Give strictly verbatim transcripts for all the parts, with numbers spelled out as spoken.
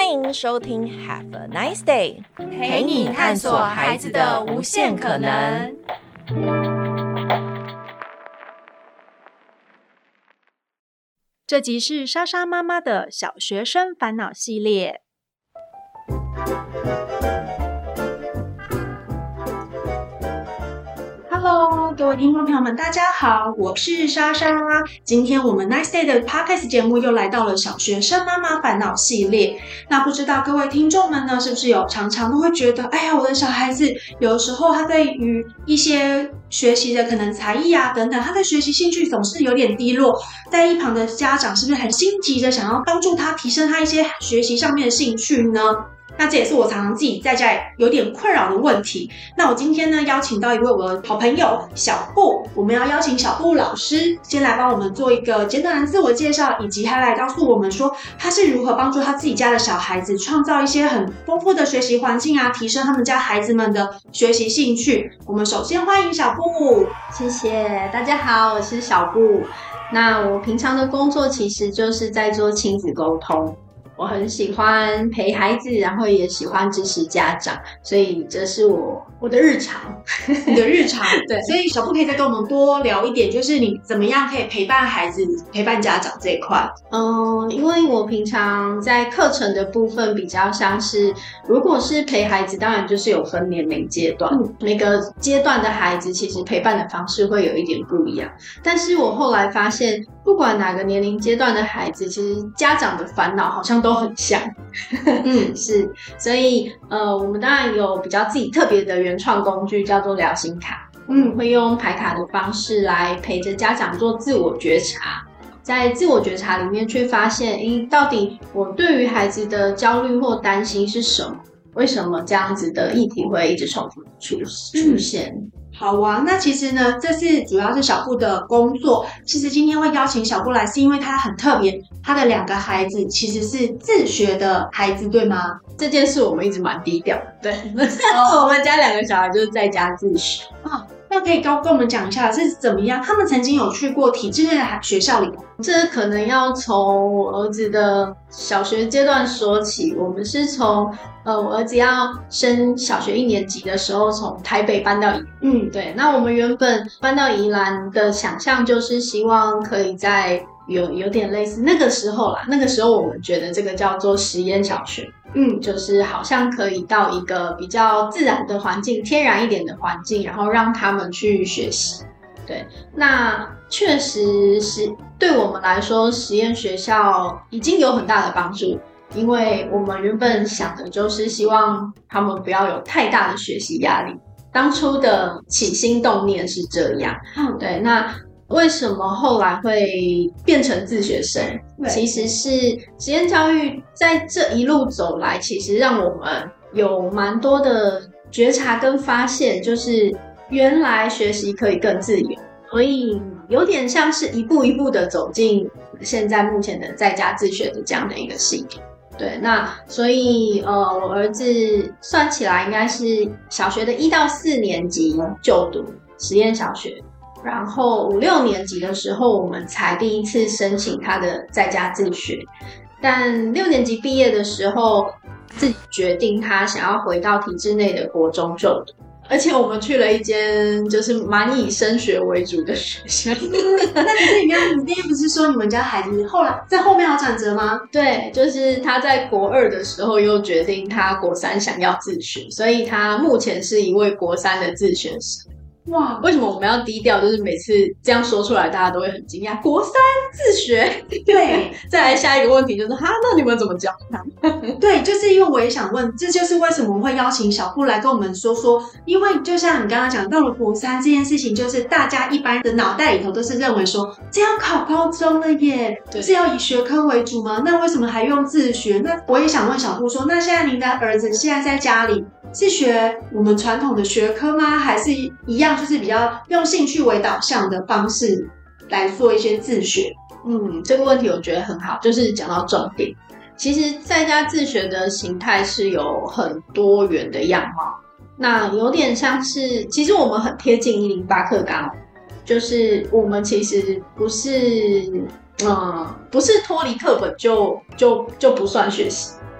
欢迎收听 Have a Nice Day， 陪你探索孩子的无限可能。 这集是莎莎妈妈的小学生烦恼系列。Hello， 各位听众朋友们，大家好，我是莎莎。今天我们 Nice Day 的 Podcast 节目又来到了小学生妈妈烦恼系列。那不知道各位听众们呢，是不是有常常都会觉得，哎呀，我的小孩子有的时候他对于一些学习的可能才艺啊等等，他的学习兴趣总是有点低落，在一旁的家长是不是很心急的想要帮助他提升他一些学习上面的兴趣呢？那这也是我常常自己在家有点困扰的问题。那我今天呢，邀请到一位我的好朋友小布，我们要邀请小布老师先来帮我们做一个简短的自我介绍，以及他来告诉我们说他是如何帮助他自己家的小孩子创造一些很丰富的学习环境啊，提升他们家孩子们的学习兴趣。我们首先欢迎小布。 谢谢大家好，我是小布。那我平常的工作其实就是在做亲子沟通，我很喜欢陪孩子，然后也喜欢支持家长，所以这是我我的日常。 你的日常对， 所以小布可以再跟我们多聊一点，就是你怎么样可以陪伴孩子、陪伴家长这一块。 嗯，因为我平常在课程的部分比较像是，如果是陪孩子，当然就是有分年龄阶段，嗯、每个阶段的孩子其实陪伴的方式会有一点不一样。但是我后来发现，不管哪个年龄阶段的孩子，其实家长的烦恼好像都很像。嗯，是，所以呃，我们当然有比较自己特别的原创工具，叫做聊心卡。嗯，会用牌卡的方式来陪着家长做自我觉察，在自我觉察里面去发现，诶，到底我对于孩子的焦虑或担心是什么？为什么这样子的议题会一直重复出出现？嗯， 好啊，那其实呢，这是主要是小布的工作。其实今天会邀请小布来，是因为他很特别，他的两个孩子其实是自学的孩子，对吗？ 这件事我们一直蛮低调的，对。哦，我们家两个小孩就是在家自学。 哦，那可以跟跟我们讲一下是怎么样？他们曾经有去过体制内的学校里吗？ 这可能要从我儿子的小学阶段说起。我们是从呃，我儿子要升小学一年级的时候，从台北搬到宜兰。嗯，对。那我们原本搬到宜兰的想象就是希望可以在有有点类似那个时候啦，那个时候我们觉得这个叫做实验小学。嗯，就是好像可以到一个比较自然的环境，天然一点的环境，然后让他们去学习。对，那确实是对我们来说，实验学校已经有很大的帮助，因为我们原本想的就是希望他们不要有太大的学习压力。当初的起心动念是这样。嗯，对，那为什么后来会变成自学生？其实是实验教育在这一路走来，其实让我们有蛮多的觉察跟发现，就是原来学习可以更自由，所以有点像是一步一步的走进现在目前的在家自学的这样的一个系统。对，那所以呃，我儿子算起来应该是小学的一到四年级就读实验小学。然后五六年级的时候，我们才第一次申请他的在家自学。但六年级毕业的时候，自己决定他想要回到体制内的国中就读，而且我们去了一间就是蛮以升学为主的学校。 那可是你刚刚你那天不是说你们家孩子后来在后面有转折吗？ 对，就是他在国二的时候又决定他国三想要自学，所以他目前是一位国三的自学生。哇，为什么我们要低调？就是每次这样说出来，大家都会很惊讶。国三自学， 对。 再来下一个问题就是，哈，那你们怎么教他？ 对，就是因为我也想问，这就是为什么我会邀请小布来跟我们说说，因为就像你刚刚讲到了国三这件事情，就是大家一般的脑袋里头都是认为说，这要考高中了耶，是要以学科为主吗？那为什么还用自学？那我也想问小布说，那现在您的儿子现在在家里是学我们传统的学科吗？还是一样就是比较用兴趣为导向的方式来做一些自学？ 嗯，这个问题我觉得很好，就是讲到重点。其实在家自学的形态是有很多元的样貌，那有点像是，其实我们很贴近一零八课纲，就是我们其实不是，嗯，不是脱离课本就就就不算学习。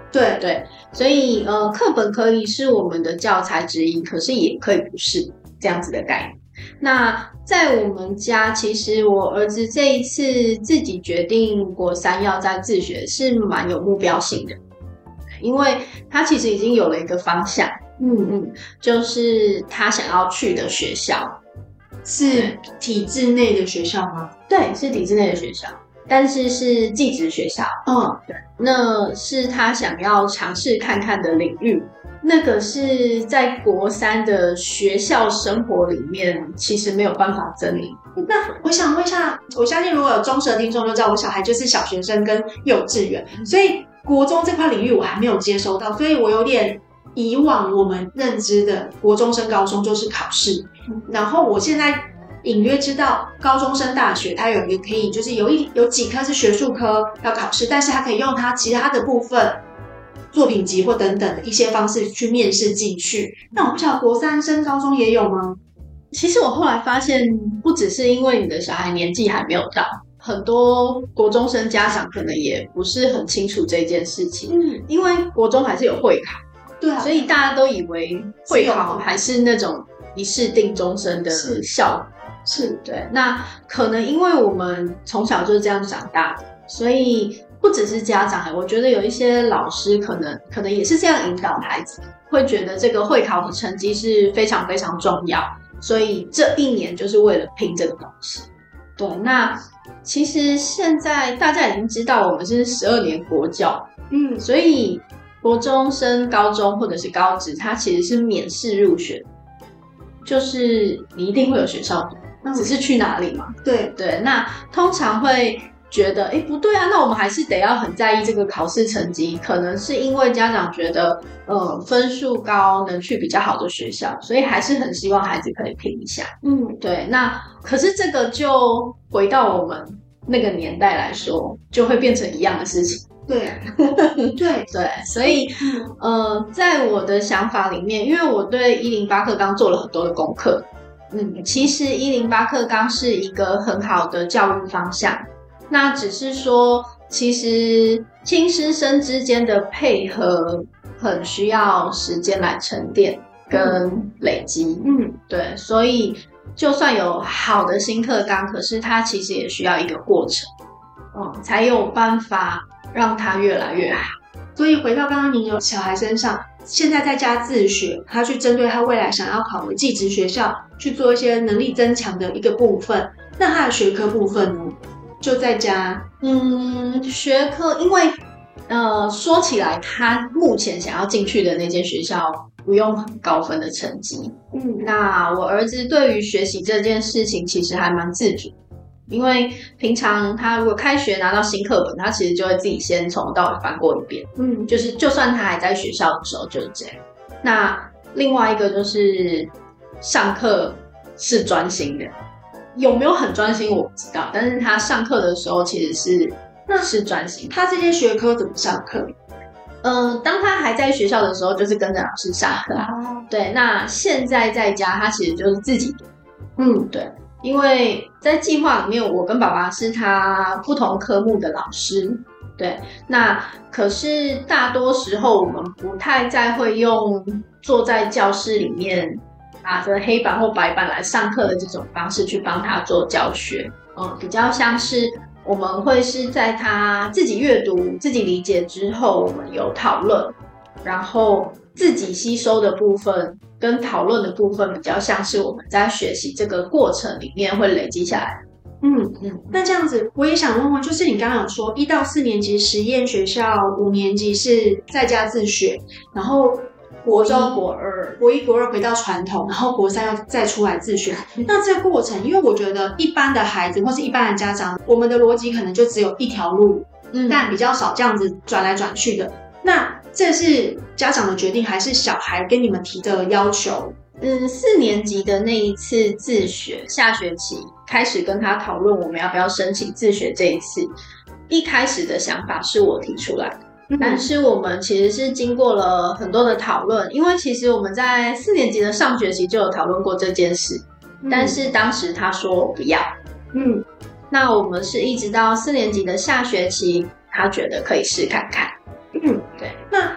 对对，所以呃，课本可以是我们的教材之一，可是也可以不是这样子的概念。那在我们家，其实我儿子这一次自己决定国三要在自学，是蛮有目标性的，因为他其实已经有了一个方向，嗯嗯，就是他想要去的学校是体制内的学校吗？ 对，是体制内的学校，但是是技职学校， 嗯， 对，那是他想要尝试看看的领域。那个是在国三的学校生活里面，其实没有办法整理。 那我想问一下，我相信如果有忠实的听众就知道，我小孩就是小学生跟幼稚园，所以国中这块领域我还没有接收到，所以我有点以往我们认知的国中升高中就是考试，然后我现在隐约知道高中升大学，它有一个可以就是有一有几科是学术科要考试，但是它可以用它其他的部分。作品集或等等的一些方式去面试进去，那我不晓得国三升高中也有吗？ 其实我后来发现，不只是因为你的小孩年纪还没有到，很多国中生家长可能也不是很清楚这件事情。嗯，因为国中还是有会考， 对啊， 所以大家都以为会考还是那种一试定终身的效果。是，对。那可能因为我们从小就是这样长大的，所以。不只是家长，我觉得有一些老师可能可能也是这样引导孩子，会觉得这个会考的成绩是非常非常重要，所以这一年就是为了拼这个东西。对，那其实现在大家已经知道我们是十二年国教，嗯，所以国中升高中或者是高职，它其实是免试入学，就是你一定会有学校读，嗯，只是去哪里嘛。 对对，那通常会。觉得哎不对啊，那我们还是得要很在意这个考试成绩，可能是因为家长觉得呃分数高能去比较好的学校，所以还是很希望孩子可以拼一下。嗯，对。那可是这个就回到我们那个年代来说，就会变成一样的事情。 对对对，所以呃，在我的想法里面，因为我对一零八课纲做了很多的功课，嗯，其实一零八课纲是一个很好的教育方向。那只是说，其实亲师生之间的配合很需要时间来沉淀跟累积。嗯，对，所以就算有好的新课纲，可是它其实也需要一个过程，嗯，才有办法让它越来越好。 所以回到刚刚您有小孩身上，现在在家自学，他去针对他未来想要考的技职学校去做一些能力增强的一个部分，那他的学科部分呢？就在家， 嗯，学科，因为呃，说起来，他目前想要进去的那间学校不用很高分的成绩。嗯，那我儿子对于学习这件事情其实还蛮自主，因为平常他如果开学拿到新课本，他其实就会自己先从头到尾翻过一遍。嗯，就是就算他还在学校的时候就是这样。那另外一个就是上课是专心的。有没有很专心我不知道，但是他上课的时候其实是那是专心。 他这些学科怎么上课？ 呃，当他还在学校的时候，就是跟着老师上课。哦，对，那现在在家，他其实就是自己读。嗯，对，因为在计划里面，我跟爸爸是他不同科目的老师。对，那可是大多时候我们不太再会用坐在教室里面。拿着黑板或白板来上课的这种方式去帮他做教学，嗯，比较像是我们会是在他自己阅读、自己理解之后，我们有讨论，然后自己吸收的部分跟讨论的部分比较像是我们在学习这个过程里面会累积下来。 嗯嗯，那这样子我也想问问，就是你刚刚有说一到四年级实验学校，五年级是在家自学，然后。国中、国二、国一、国二回到传统，然后国三要再出来自学。那这个过程，因为我觉得一般的孩子或是一般的家长，我们的逻辑可能就只有一条路，嗯，但比较少这样子转来转去的。那这是家长的决定，还是小孩跟你们提的要求？ 嗯，四年级的那一次自学，下学期开始跟他讨论我们要不要申请自学这一次，一开始的想法是我提出来的。但是我们其实是经过了很多的讨论，因为其实我们在四年级的上学期就有讨论过这件事，嗯，但是当时他说不要，嗯，那我们是一直到四年级的下学期，他觉得可以试看看，嗯，对。 那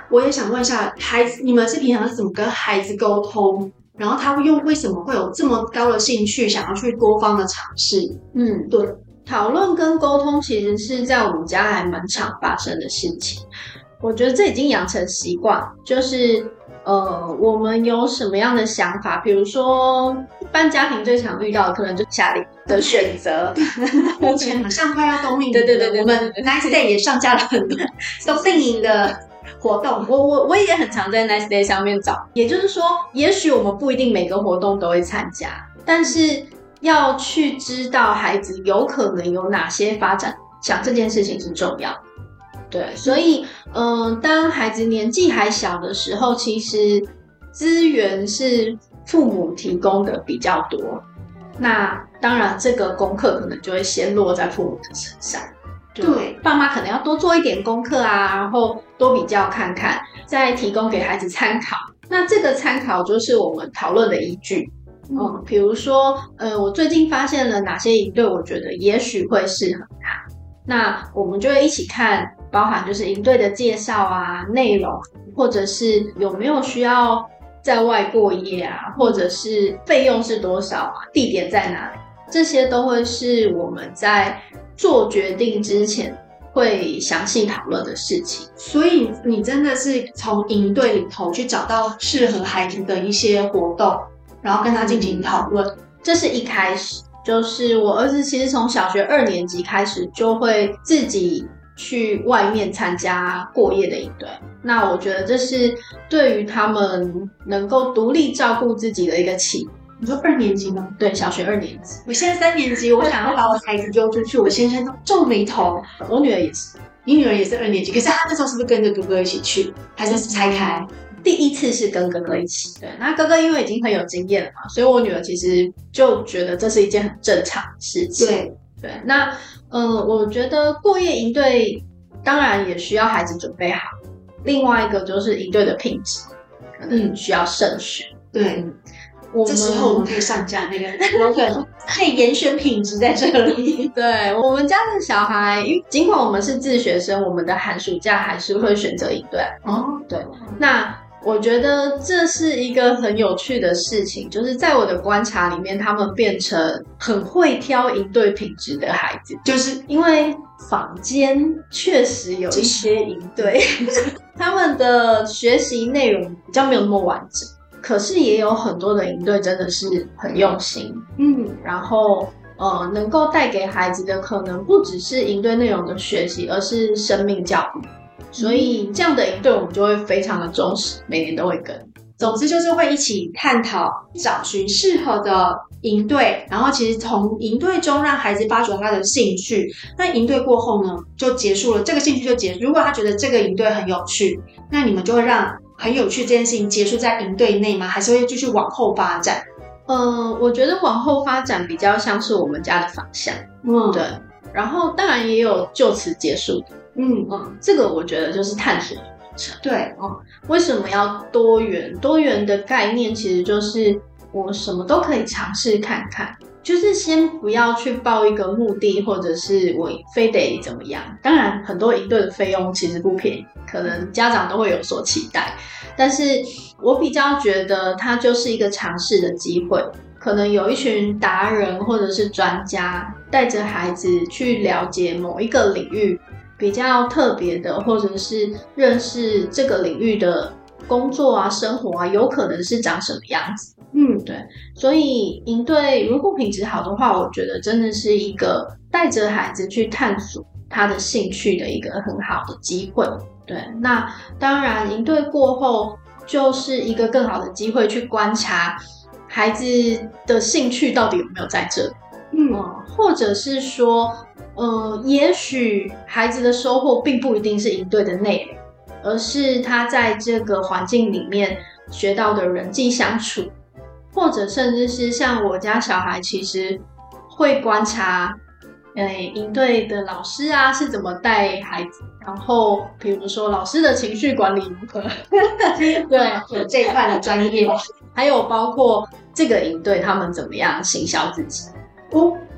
我也想问一下，孩子，你们是平常是怎么跟孩子沟通？然后他又为什么会有这么高的兴趣，想要去多方的尝试？ 嗯，对，讨论跟沟通其实是在我们家还蛮常发生的事情。我觉得这已经养成习惯，就是呃，我们有什么样的想法，比如说一般家庭最常遇到的可能就是下列的选择。 目前马上快要冬令营， 对对对对， 我们 Nice Day 也上架了很多冬令营的活动。 我我我也很常在 Nice Day 上面找，也就是说，也许我们不一定每个活动都会参加，但是要去知道孩子有可能有哪些发展，想这件事情是重要的。对，所以，嗯、呃，当孩子年纪还小的时候，其实资源是父母提供的比较多。那当然，这个功课可能就会先落在父母的身上。 对， 爸妈可能要多做一点功课啊，然后多比较看看，再提供给孩子参考。那这个参考就是我们讨论的依据。嗯，比如说，呃，我最近发现了哪些营队，我觉得也许会适合他。那我们就会一起看，包含就是营队的介绍啊、内容，或者是有没有需要在外过夜啊，或者是费用是多少啊，地点在哪里，这些都会是我们在做决定之前会详细讨论的事情。 所以你真的是从营队里头去找到适合孩子的一些活动，然后跟他进行讨论。 这是一开始，就是我儿子其实从小学二年级开始就会自己去外面参加过夜的营队。那我觉得这是对于他们能够独立照顾自己的一个启蒙。 你说二年级吗？ 对，小学二年级。 我现在三年级，我想要把我孩子丢出去，我先生都皱眉头。 我女儿也是， 你女儿也是二年级，可是她那时候是不是跟着哥哥一起去，还是拆开？ 第一次是跟哥哥一起，对，那哥哥因为已经很有经验了嘛，所以我女儿其实就觉得这是一件很正常的事情。 对对，那嗯、呃，我觉得过夜营队当然也需要孩子准备好，另外一个就是营队的品质，可能需要慎选。 对。 嗯，我这时候我们可以上架那个 slogan， 可以严选品质在这里。 对，我们家的小孩，尽管我们是自学生，我们的寒暑假还是会选择营队。 哦， 对，那我觉得这是一个很有趣的事情，就是在我的观察里面，他们变成很会挑营队品质的孩子， 就是因为坊间确实有一些营队，他们的学习内容比较没有那么完整。可是也有很多的营队真的是很用心， 嗯， 然后呃，能够带给孩子的可能不只是营队内容的学习，而是生命教育。所以这样的营队我们就会非常的重视，每年都会跟。 总之就是会一起探讨，找寻适合的营队，然后其实从营队中让孩子发掘他的兴趣。那营队过后呢，就结束了，这个兴趣就结束。如果他觉得这个营队很有趣，那你们就会让很有趣这件事情结束在营队内吗？还是会继续往后发展？ 呃，我觉得往后发展比较像是我们家的方向， 嗯， 对。然后当然也有就此结束的， 嗯嗯，这个我觉得就是探索的过程。 对， 嗯，为什么要多元？多元的概念其实就是我什么都可以尝试看看，就是先不要去报一个目的，或者是我非得怎么样。当然，很多营队的费用其实不便宜，可能家长都会有所期待。但是我比较觉得它就是一个尝试的机会，可能有一群达人或者是专家带着孩子去了解某一个领域比较特别的，或者是认识这个领域的工作啊、生活啊，有可能是长什么样子。嗯，对。所以营队如果品质好的话，我觉得真的是一个带着孩子去探索他的兴趣的一个很好的机会。对，那当然营队过后就是一个更好的机会去观察孩子的兴趣到底有没有在这里。嗯，或者是说呃，也许孩子的收获并不一定是营队的内容，而是他在这个环境里面学到的人际相处，或者甚至是像我家小孩其实会观察诶，营队的老师啊是怎么带孩子，然后比如说老师的情绪管理如何对， 有这一块的专业， 还有包括这个营队他们怎么样行销自己。 哦，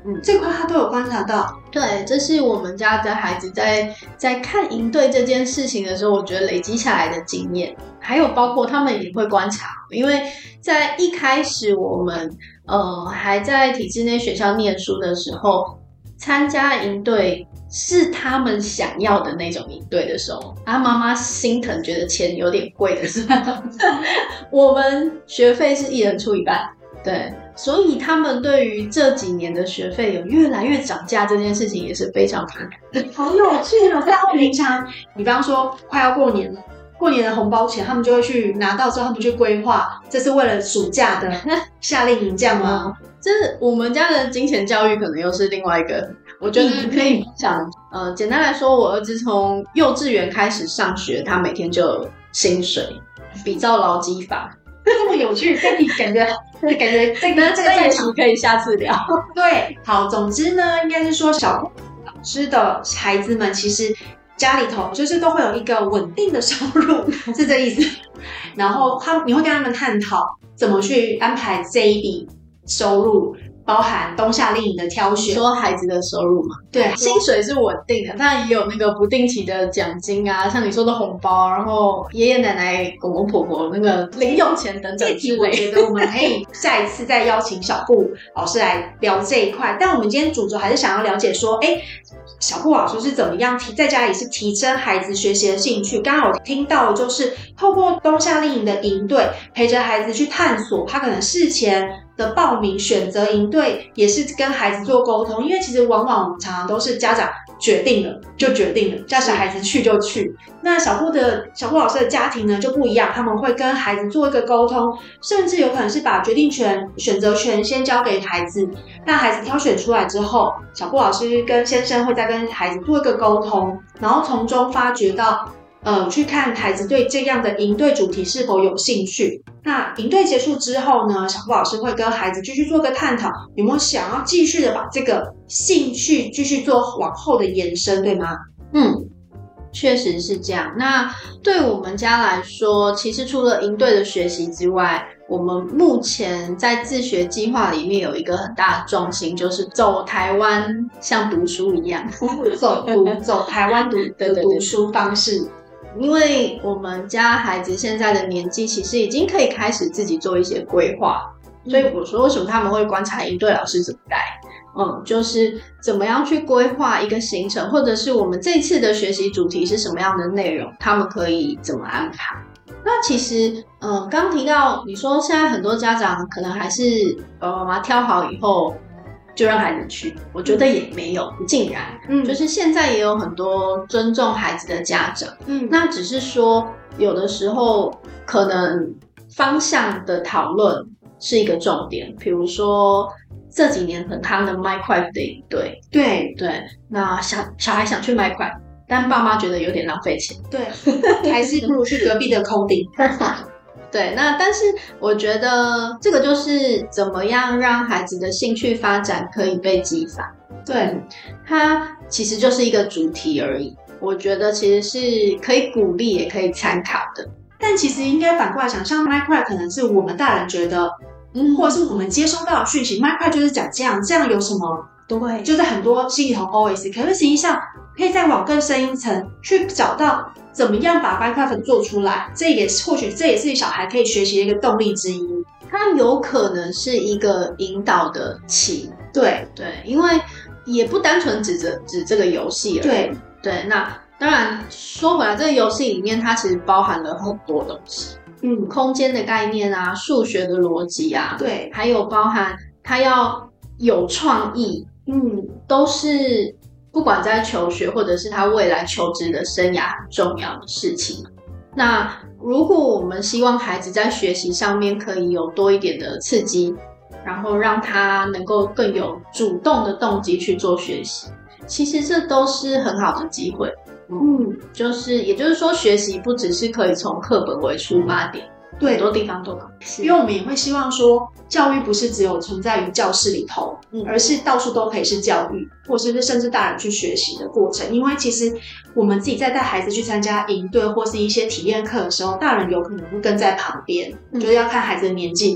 嗯，这块他都有观察到。 对，这是我们家的孩子在在看营队这件事情的时候，我觉得累积下来的经验，还有包括他们也会观察，因为在一开始我们呃还在体制内学校念书的时候，参加营队是他们想要的那种营队的时候，啊，妈妈心疼，觉得钱有点贵的时候，我们学费是一人出一半，对。所以他们对于这几年的学费有越来越涨价这件事情也是非常反感。 好有趣哦！在他们平常，比方说快要过年了，过年的红包钱，他们就会去拿到之后，他们去规划，这是为了暑假的夏令营，这样吗？ 这我们家的金钱教育可能又是另外一个，我觉得可以讲。呃，简单来说，我儿子从幼稚园开始上学，他每天就有薪水，比照劳基法。 这么有趣，这题感觉感觉这个这个也许可以下次聊。 对，好，总之呢，应该是说小老师的孩子们其实家里头就是都会有一个稳定的收入，是这意思。然后他你会跟他们探讨怎么去安排这一笔收入，包含冬夏令营的挑选。 说孩子的收入嘛， 对， 薪水是稳定的，但也有那个不定期的奖金啊，像你说的红包，然后爷爷奶奶、公公婆婆那个零用钱等等之类。 我觉得我们可以下一次再邀请小布老师来聊这一块。但我们今天主轴还是想要了解说，哎，小布老师是怎么样提在家里是提升孩子学习的兴趣？刚刚有听到的就是透过冬夏令营的营队，陪着孩子去探索，他可能事前的报名选择营队也是跟孩子做沟通，因为其实往往我们常常都是家长决定了就决定了，叫小孩子去就去。那小布的小布老师的家庭呢就不一样，他们会跟孩子做一个沟通，甚至有可能是把决定权、选择权先交给孩子，让孩子挑选出来之后，小布老师跟先生会再跟孩子做一个沟通，然后从中发掘到呃，去看孩子对这样的营队主题是否有兴趣。那营队结束之后呢，小布老师会跟孩子继续做个探讨，有没有想要继续的把这个兴趣继续做往后的延伸，对吗？ 嗯，确实是这样。那对我们家来说，其实除了营队的学习之外，我们目前在自学计划里面有一个很大的重心，就是走台湾像读书一样， 走读走台湾读的读书方式。 因为我们家孩子现在的年纪，其实已经可以开始自己做一些规划，所以我说为什么他们会观察营队老师怎么带，嗯，就是怎么样去规划一个行程，或者是我们这次的学习主题是什么样的内容，他们可以怎么安排。那其实，嗯，刚提到你说现在很多家长可能还是爸爸妈妈挑好以后就让孩子去，我觉得也没有不尽然，嗯，就是现在也有很多尊重孩子的家长，嗯，那只是说有的时候可能方向的讨论是一个重点，比如说这几年很夯的 Minecraft 的营队， 对对，那小小孩想去 Minecraft， 但爸妈觉得有点浪费钱， 对，还是不如去隔壁的 coding。 对，那但是我觉得这个就是怎么样让孩子的兴趣发展可以被激发。对，它其实就是一个主题而已。我觉得其实是可以鼓励，也可以参考的。 但其实应该反过来想，像 Minecraft 可能是我们大人觉得，嗯，或者是我们接收到的讯息 ，Minecraft 就是讲这样，这样有什么？ 对， 就是很多心里头 O S， 可是实际上可以再往更深一层去找到怎么样把 Minecraft 做出来，这也是或许这也是小孩可以学习的一个动力之一。 它有可能是一个引导的棋， 对对，因为也不单纯指着指这个游戏而已。 对对，那当然说回来，这个游戏里面它其实包含了很多东西，嗯，空间的概念啊，数学的逻辑啊， 对， 还有包含它要有创意。嗯，都是不管在求学或者是他未来求职的生涯很重要的事情。那如果我们希望孩子在学习上面可以有多一点的刺激，然后让他能够更有主动的动机去做学习，其实这都是很好的机会。嗯，就是也就是说，学习不只是可以从课本为出发点。对，很多地方都可以， 因为我们也会希望说，教育不是只有存在于教室里头，嗯，而是到处都可以是教育，或者是甚至大人去学习的过程。因为其实我们自己在带孩子去参加营队或是一些体验课的时候，大人有可能会跟在旁边，嗯，就是要看孩子的年纪。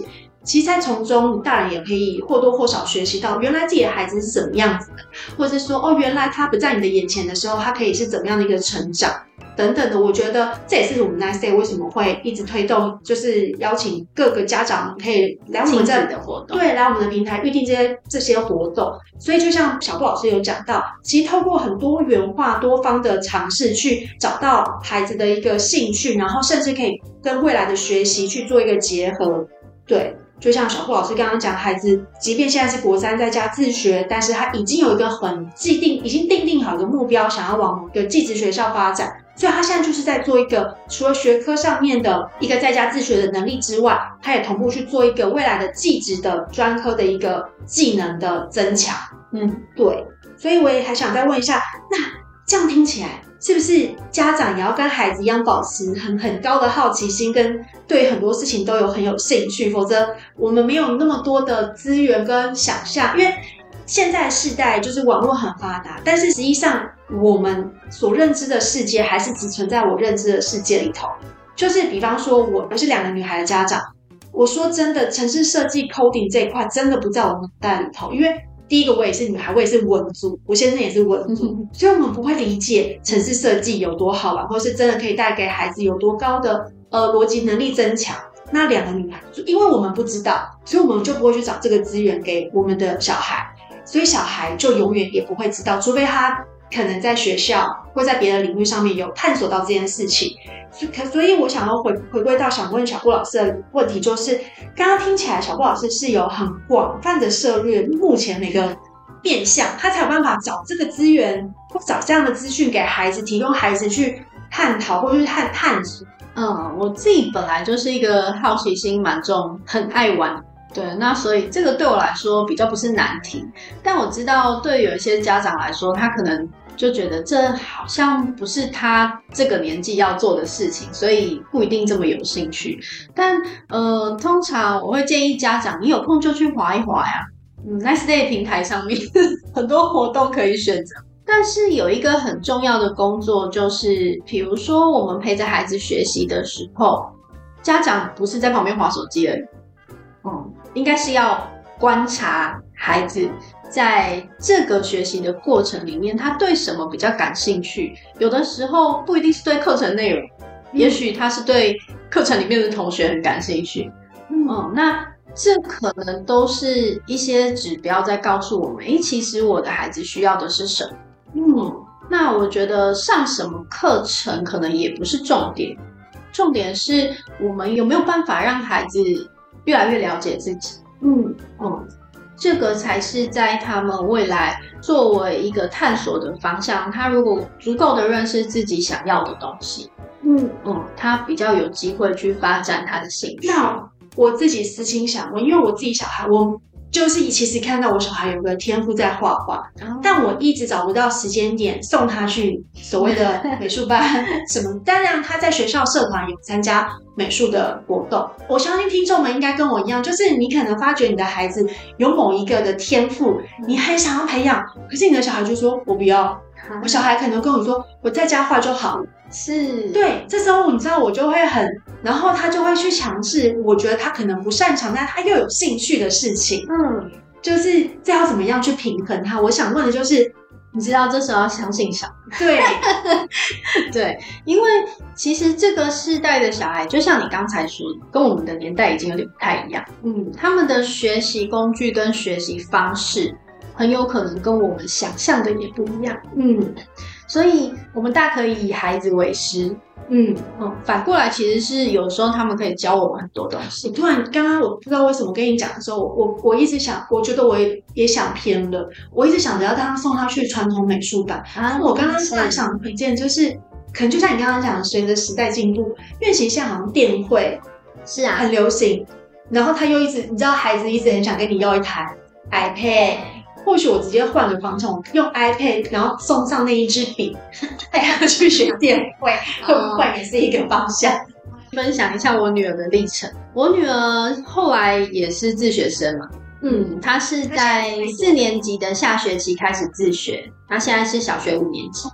其实在从中大人也可以或多或少学习到原来自己的孩子是怎么样子的，或者是说哦，原来他不在你的眼前的时候他可以是怎么样的一个成长等等的。我觉得这也是我们 Nice Day 为什么会一直推动，就是邀请各个家长可以来我们这的活动， 对，来我们的平台预定这些这些活动。所以就像小布老师有讲到，其实透过很多元化多方的尝试去找到孩子的一个兴趣，然后甚至可以跟未来的学习去做一个结合。对，就像小布老师刚刚讲，孩子即便现在是国三在家自学，但是他已经有一个很既定已经定定好的目标，想要往某个技职学校发展，所以他现在就是在做一个除了学科上面的一个在家自学的能力之外，他也同步去做一个未来的技职的专科的一个技能的增强。嗯，对，所以我也还想再问一下，那这样听起来是不是家长也要跟孩子一样保持很很高的好奇心，跟对很多事情都有很有兴趣，否则我们没有那么多的资源跟想象。因为现在的世代就是网络很发达，但是实际上我们所认知的世界还是只存在我认知的世界里头。就是比方说我我是两个女孩的家长，我说真的，程式设计 coding 这一块真的不在我脑袋里头，因为第一个我也是女孩，我也是文组，我先生也是文组，所以我们不会理解程式设计有多好玩，或是真的可以带给孩子有多高的呃逻辑能力增强。那两个女孩，因为我们不知道，所以我们就不会去找这个资源给我们的小孩，所以小孩就永远也不会知道，除非他可能在学校或在别的领域上面有探索到这件事情。所以我想要回回归到想问小布老师的问题，就是刚刚听起来小布老师是有很广泛的涉略目前每个面向，他才有办法找这个资源或找这样的资讯给孩子，提供孩子去探讨或者是探探索。 嗯，我自己本来就是一个好奇心蛮重，很爱玩，对，那所以这个对我来说比较不是难题。但我知道对有一些家长来说，他可能就觉得这好像不是他这个年纪要做的事情，所以不一定这么有兴趣。但呃，通常我会建议家长，你有空就去滑一滑呀。嗯 ，Nice Day 平台上面很多活动可以选择。但是有一个很重要的工作，就是比如说我们陪着孩子学习的时候，家长不是在旁边滑手机而已，嗯，应该是要观察孩子在这个学习的过程里面，他对什么比较感兴趣。有的时候不一定是对课程内容，嗯、也许他是对课程里面的同学很感兴趣。嗯，嗯那这可能都是一些指标在告诉我们，诶，其实我的孩子需要的是什么。嗯，那我觉得上什么课程可能也不是重点，重点是我们有没有办法让孩子越来越了解自己。嗯嗯，这个才是在他们未来作为一个探索的方向。他如果足够的认识自己想要的东西，嗯嗯，他比较有机会去发展他的兴趣。 那我自己私心想问，因为我自己小孩，我就是其实看到我小孩有个天赋在画画，哦、但我一直找不到时间点送他去所谓的美术班什么。当然他在学校社团有参加美术的活动。我相信听众们应该跟我一样，就是你可能发觉你的孩子有某一个的天赋，你很想要培养，可是你的小孩就说我不要。我小孩可能跟我说我在家画就好了， 是对，这时候你知道我就会很，然后他就会去尝试我觉得他可能不擅长但他又有兴趣的事情。嗯，就是这要怎么样去平衡他。我想问的就是你知道这时候要相信小孩。 对对，因为其实这个世代的小孩就像你刚才说的，跟我们的年代已经有点不太一样。嗯，他们的学习工具跟学习方式很有可能跟我们想象的也不一样。嗯，所以我们大可以以孩子为师。嗯嗯，反过来其实是有时候他们可以教我们很多东西。 我突然刚刚我不知道为什么跟你讲的时候，我我一直想，我觉得我也也想偏了。我一直想着要让他送他去传统美术班。啊，我刚刚突然想一件，就是可能就像你刚刚讲的，随着时代进步，因为其实现在好像电绘是啊很流行，然后他又一直你知道孩子一直很想跟你要一台 iPad。或许我直接换个方向，我用 iPad 然后送上那一支笔带他去学电绘，会不会也是一个方向？ 分享一下我女儿的历程。我女儿后来也是自学生嘛，嗯，她是在四年级的下学期开始自学，她现在是小学五年级。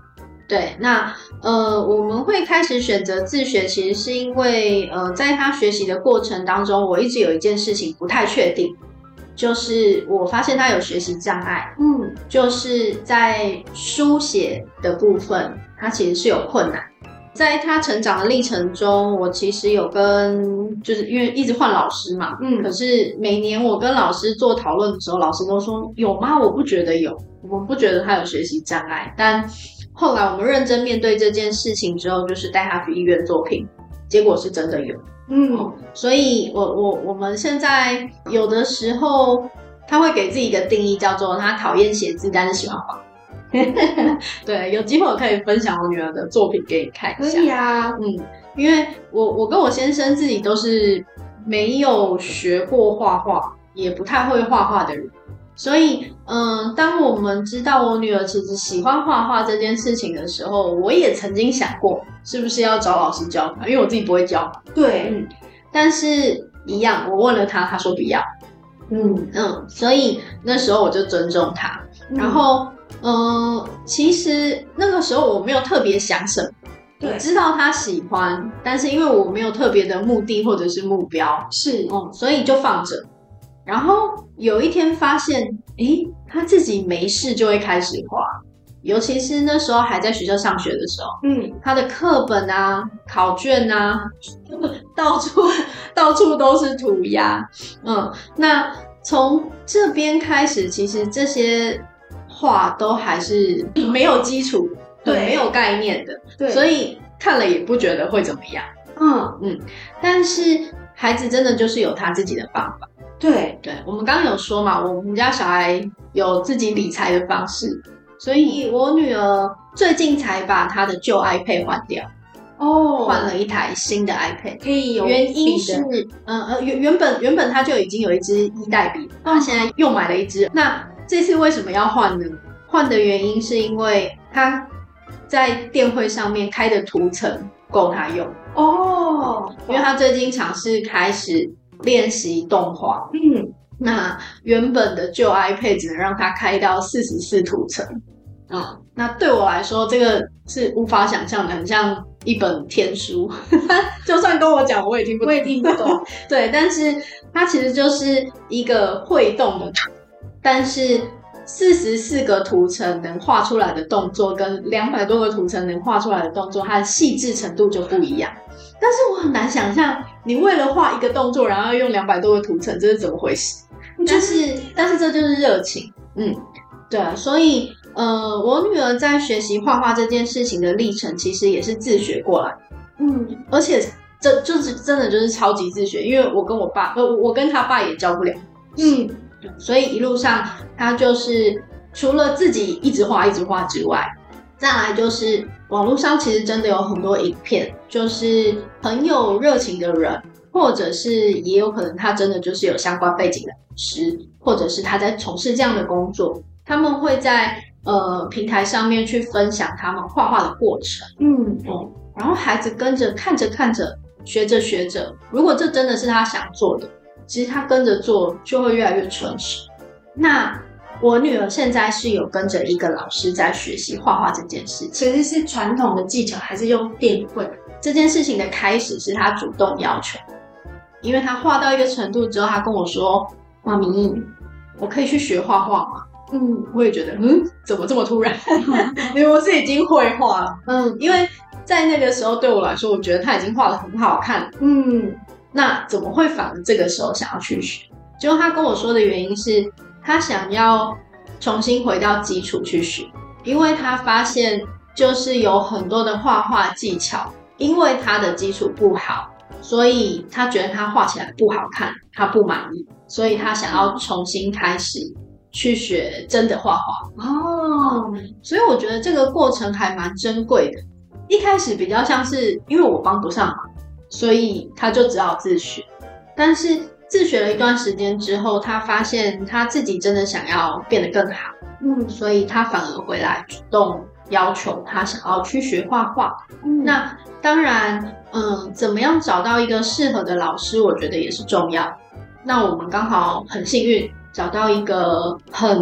对，那呃，我们会开始选择自学，其实是因为呃，在他学习的过程当中，我一直有一件事情不太确定，就是我发现他有学习障碍， 嗯， 就是在书写的部分，他其实是有困难。在他成长的历程中，我其实有跟，就是因为一直换老师嘛， 嗯可是每年我跟老师做讨论的时候，老师都说有吗？我不觉得有，我们不觉得他有学习障碍。但后来我们认真面对这件事情之后，就是带他去医院做评，结果是真的有。 嗯， 所以我我我们现在有的时候他会给自己一个定义，叫做他讨厌写字，但是喜欢画。对，有机会我可以分享我女儿的作品给你看一可下。 以啊， 嗯，因为我我跟我先生自己都是没有学过画画，也不太会画画的人，所以嗯，当我们知道我女儿其实喜欢画画这件事情的时候，我也曾经想过是不是要找老师教她，因为我自己不会教嘛。 对， 嗯，但是一样，我问了她，她说不要。 嗯， 嗯，所以那时候我就尊重她，然后。嗯，其实那个时候我没有特别想什么， 对我知道他喜欢，但是因为我没有特别的目的或者是目标， 是， 嗯，所以就放着。然后有一天发现，诶，他自己没事就会开始画，尤其是那时候还在学校上学的时候， 嗯， 他的课本啊、考卷啊，到处到处都是涂鸦，嗯，那从这边开始，其实这些。画都还是没有基础， 对， 没有概念的， 对， 所以看了也不觉得会怎么样。 嗯嗯，但是孩子真的就是有他自己的方法。 对对，我们刚刚有说嘛，我们家小孩有自己理财的方式，所以我女儿最近才把她的旧 iPad 换掉。 哦， 换了一台新的 iPad， 可以有原因是，嗯呃原原本原本她就已经有一支一代笔，她现在又买了一支，那。这次为什么要换呢？换的原因是因为他在电绘上面开的图层够他用哦， 因为他最近尝试开始练习动画， 嗯， 那原本的旧 iPad 只能让他开到四十四图层，嗯，那对我来说这个是无法想象的，很像一本天书，就算跟我讲我也听不懂， 我也听不懂， 对，但是它其实就是一个会动的图。但是四十四个图层能画出来的动作跟两百多个图层能画出来的动作，它的细致程度就不一样。但是我很难想象，你为了画一个动作，然后要用两百多个图层，这是怎么回事？但是，但是这就是热情，嗯，对，所以呃，我女儿在学习画画这件事情的历程，其实也是自学过来， 嗯， 而且这就是真的就是超级自学，因为我跟我爸，呃，我跟他爸也教不了， 嗯。 所以一路上，他就是除了自己一直画一直画之外，再来就是网络上其实真的有很多影片，就是很有热情的人，或者是也有可能他真的就是有相关背景的老师，或者是他在从事这样的工作，他们会在呃平台上面去分享他们画画的过程， 嗯嗯，然后孩子跟着看着看着，学着学着，如果这真的是他想做的。其实他跟着做就会越来越纯实。那我女儿现在是有跟着一个老师在学习画画这件事情， 其实是传统的技巧还是用电绘？ 这件事情的开始是她主动要求，因为她画到一个程度之后，她跟我说：“妈咪，我可以去学画画吗？”嗯，我也觉得，嗯，怎么这么突然？因为我是已经会画了，嗯，因为在那个时候对我来说，我觉得她已经画得很好看，嗯。那怎么会反而这个时候想要去学？结果他跟我说的原因是，他想要重新回到基础去学，因为他发现就是有很多的画画技巧，因为他的基础不好，所以他觉得他画起来不好看，他不满意，所以他想要重新开始去学真的画画。哦，所以我觉得这个过程还蛮珍贵的。一开始比较像是因为我帮不上忙。所以他就只好自学，但是自学了一段时间之后，他发现他自己真的想要变得更好，嗯，所以他反而回来主动要求他想要去学画画。嗯，那当然，嗯，怎么样找到一个适合的老师，我觉得也是重要。那我们刚好很幸运找到一个很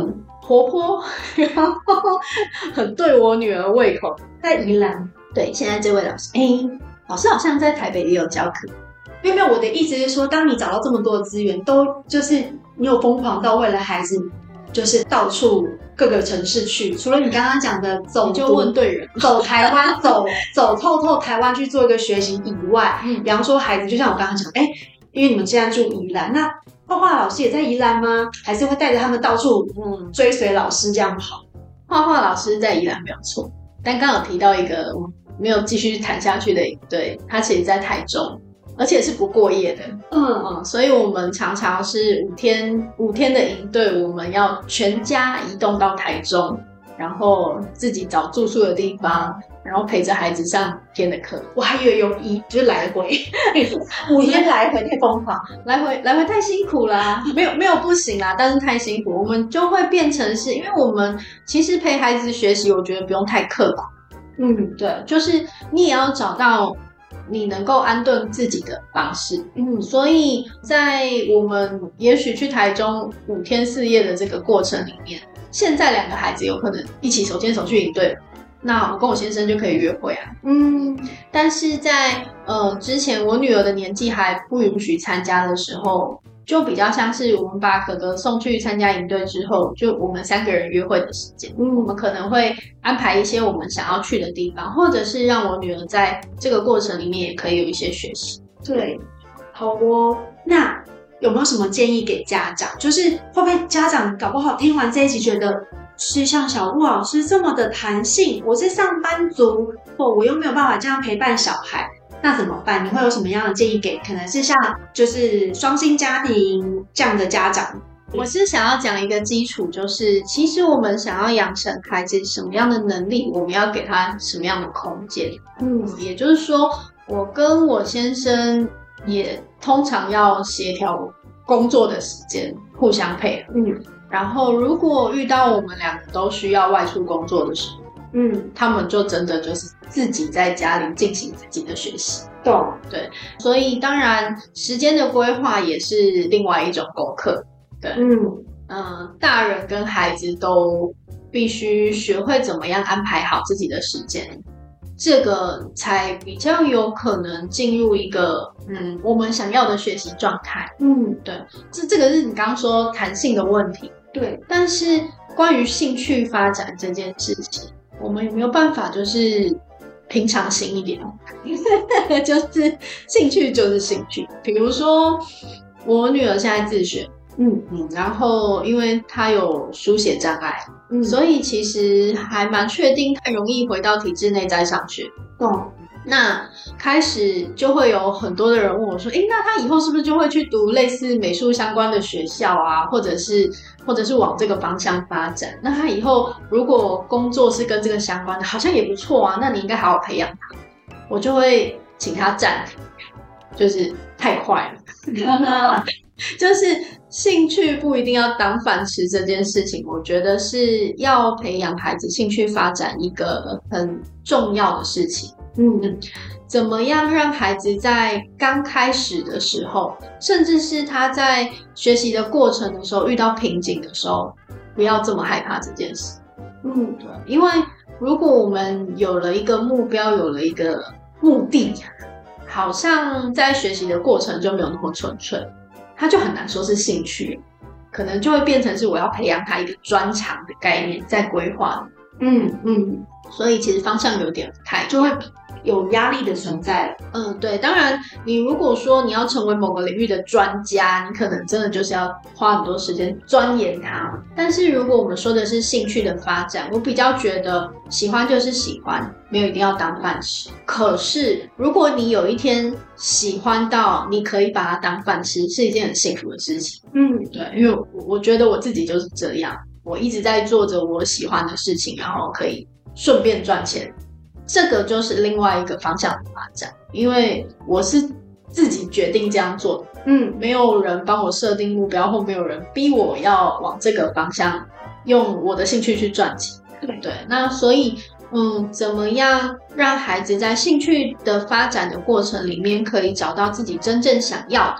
活泼，然后很对我女儿胃口。 在宜兰。 对，现在这位老师，哎，老师好像在台北也有教课。 没有没有，我的意思是说，当你找到这么多的资源，都就是你有疯狂到为了孩子，就是到处各个城市去。除了你刚刚讲的走， 你就问对人， 走台湾，走走透透台湾去做一个学习以外，嗯，比方说孩子，就像我刚刚讲，哎，因为你们现在住宜兰，那画画老师也在宜兰吗？还是会带着他们到处嗯追随老师这样跑？ 画画老师在宜兰没有错，但刚好提到一个没有继续谈下去的营队，他其实在台中。而且是不过夜的，嗯嗯，所以我们常常是五天五天的营队，我们要全家移动到台中，然后自己找住宿的地方，然后陪着孩子上五天的课。 我还以为有一就是来回五天来回太疯狂， 来回来回太辛苦啦，没有没有不行啦，但是太辛苦，我们就会变成是因为我们其实陪孩子学习，我觉得不用太刻苦，嗯，对，就是你也要找到你能够安顿自己的方式，嗯，所以在我们也许去台中五天四夜的这个过程里面，现在两个孩子有可能一起手牵手去营队，那我跟我先生就可以约会啊，嗯，但是在呃之前我女儿的年纪还不允许参加的时候，就比较像是我们把哥哥送去参加营队之后，就我们三个人约会的时间，嗯，我们可能会安排一些我们想要去的地方，或者是让我女儿在这个过程里面也可以有一些学习。 对，好哦。那有没有什么建议给家长？就是会不会家长搞不好听完这一集觉得是像小鹿老师这么的弹性，我是上班族，或我又没有办法这样陪伴小孩，那怎么办？你会有什么样的建议给可能是像就是双薪家庭这样的家长？ 我是想要讲一个基础，就是其实我们想要养成孩子什么样的能力，我们要给他什么样的空间。嗯，也就是说，我跟我先生也通常要协调工作的时间，互相配合。嗯，然后如果遇到我们两个都需要外出工作的时候，嗯，他们就真的就是自己在家里进行自己的学习。 懂， 对，所以当然时间的规划也是另外一种功课。对，嗯嗯、呃，大人跟孩子都必须学会怎么样安排好自己的时间，这个才比较有可能进入一个嗯我们想要的学习状态。嗯，对，这这个是你刚刚说弹性的问题。 对， 但是关于兴趣发展这件事情，我们有没有办法就是平常心一点？就是兴趣就是兴趣，比如说我女儿现在自学。嗯嗯，然后因为他有书写障碍，嗯，所以其实还蛮确定他容易回到体制内再上学。 哦， 那开始就会有很多的人问我说，诶，那他以后是不是就会去读类似美术相关的学校啊，或者是或者是往这个方向发展？那他以后如果工作是跟这个相关的，好像也不错啊，那你应该好好培养他。我就会请他暂停，就是太快了。就是兴趣不一定要当饭吃这件事情，我觉得是要培养孩子兴趣发展一个很重要的事情。嗯，怎么样让孩子在刚开始的时候，甚至是他在学习的过程的时候遇到瓶颈的时候，不要这么害怕这件事。嗯，对，因为如果我们有了一个目标，有了一个目的，好像在学习的过程就没有那么纯粹。他就很难说是兴趣，可能就会变成是我要培养他一个专长的概念在规划。嗯嗯，所以其实方向有点不太， 就会有压力的存在。 嗯，对，当然你如果说你要成为某个领域的专家，你可能真的就是要花很多时间钻研它。但是如果我们说的是兴趣的发展，我比较觉得喜欢就是喜欢，没有一定要当饭吃。可是如果你有一天喜欢到你可以把它当饭吃，是一件很幸福的事情。嗯，对，因为我觉得我自己就是这样，我一直在做着我喜欢的事情，然后可以顺便赚钱。这个就是另外一个方向的发展，因为我是自己决定这样做的，嗯，没有人帮我设定目标，或没有人逼我要往这个方向用我的兴趣去赚钱。对对，那所以嗯，怎么样让孩子在兴趣的发展的过程里面可以找到自己真正想要的？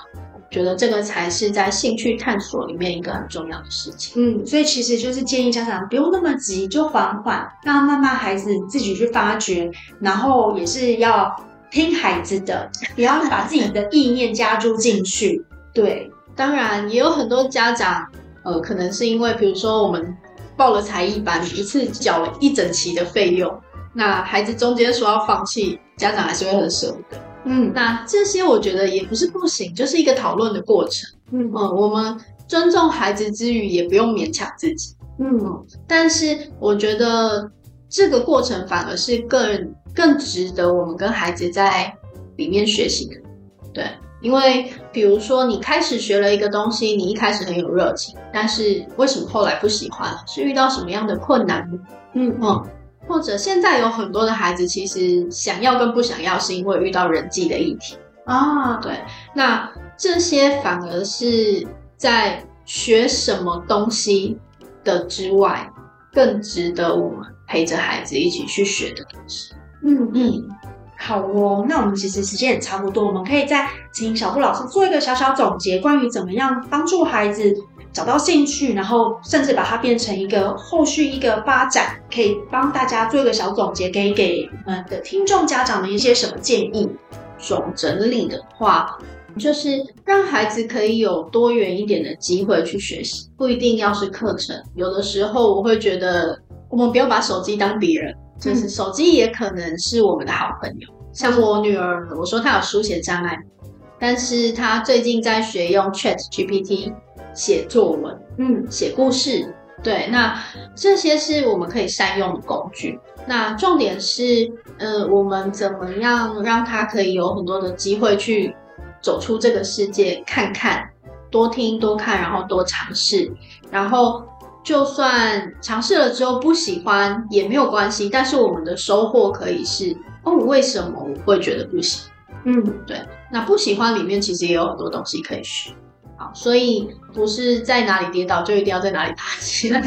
觉得这个才是在兴趣探索里面一个很重要的事情。 嗯，所以其实就是建议家长不用那么急，就缓缓，让慢慢孩子自己去发掘，然后也是要听孩子的，不要把自己的意念加注进去。对， 当然也有很多家长，呃，可能是因为比如说我们报了才艺班，一次缴了一整期的费用，那孩子中间说要放弃，家长还是会很舍不得。 嗯， 那这些我觉得也不是不行，就是一个讨论的过程。 嗯嗯，我们尊重孩子之余，也不用勉强自己。 嗯， 但是我觉得这个过程反而是更更值得我们跟孩子在里面学习的。对，因为比如说你开始学了一个东西，你一开始很有热情，但是为什么后来不喜欢了？是遇到什么样的困难呢？ 嗯嗯。或者现在有很多的孩子其实想要跟不想要是因为遇到人际的议题啊， 对，那这些反而是在学什么东西的之外更值得我们陪着孩子一起去学的东西。 嗯嗯，好哦，那我们其实时间也差不多，我们可以再请小布老师做一个小小总结，关于怎么样帮助孩子找到兴趣，然后甚至把它变成一个后续一个发展，可以帮大家做一个小总结，给给我们的听众家长们一些什么建议？ 总整理的话，就是让孩子可以有多元一点的机会去学习，不一定要是课程。有的时候我会觉得，我们不要把手机当敌人，就是手机也可能是我们的好朋友。像我女儿，我说她有书写障碍，但是她最近在学用 Chat G P T 写作文， 嗯， 写故事，对，那这些是我们可以善用的工具。那重点是，呃，我们怎么样让他可以有很多的机会去走出这个世界，看看，多听多看，然后多尝试，然后就算尝试了之后不喜欢也没有关系，但是我们的收获可以是，哦，为什么我会觉得不喜欢？ 嗯， 对，那不喜欢里面其实也有很多东西可以学。好，所以不是在哪里跌倒就一定要在哪里爬起来。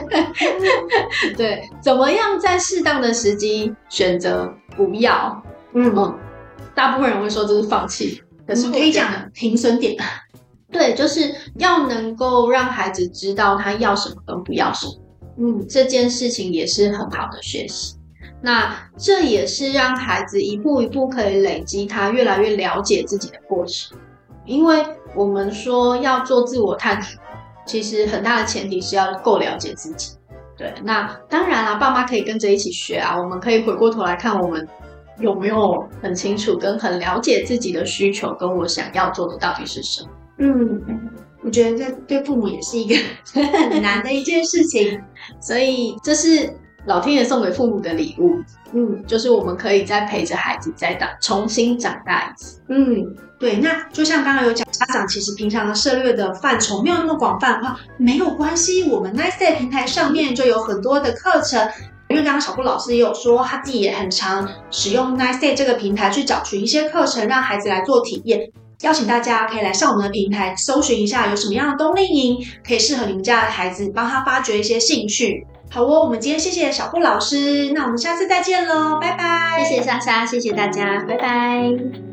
对，怎么样在适当的时机选择不要？ 嗯嗯，大部分人会说这是放弃，可是可以讲停损点。 对，就是要能够让孩子知道他要什么跟不要什么。嗯，这件事情也是很好的学习。那这也是让孩子一步一步可以累积他越来越了解自己的过程。因为我们说要做自我探索，其实很大的前提是要够了解自己。对，那当然啦，爸妈可以跟着一起学啊，我们可以回过头来看我们有没有很清楚跟很了解自己的需求，跟我想要做的到底是什么。 嗯，我觉得这对父母也是一个很难的一件事情， 所以这是老天爷送给父母的礼物。嗯，就是我们可以再陪着孩子再大重新长大一次。 嗯，对，那就像刚刚有讲，家长其实平常的涉猎的范畴没有那么广泛的话，没有关系，我们 Nice Day 平台上面就有很多的课程。因为刚刚小布老师也有说，他自己也很常使用 Nice Day 这个平台去找寻一些课程，让孩子来做体验。邀请大家可以来上我们的平台搜寻一下有什么样的冬令营可以适合你们家的孩子，帮他发掘一些兴趣。好哦，我们今天谢谢小布老师，那我们下次再见喽，拜拜。 谢谢莎莎，谢谢大家，拜拜。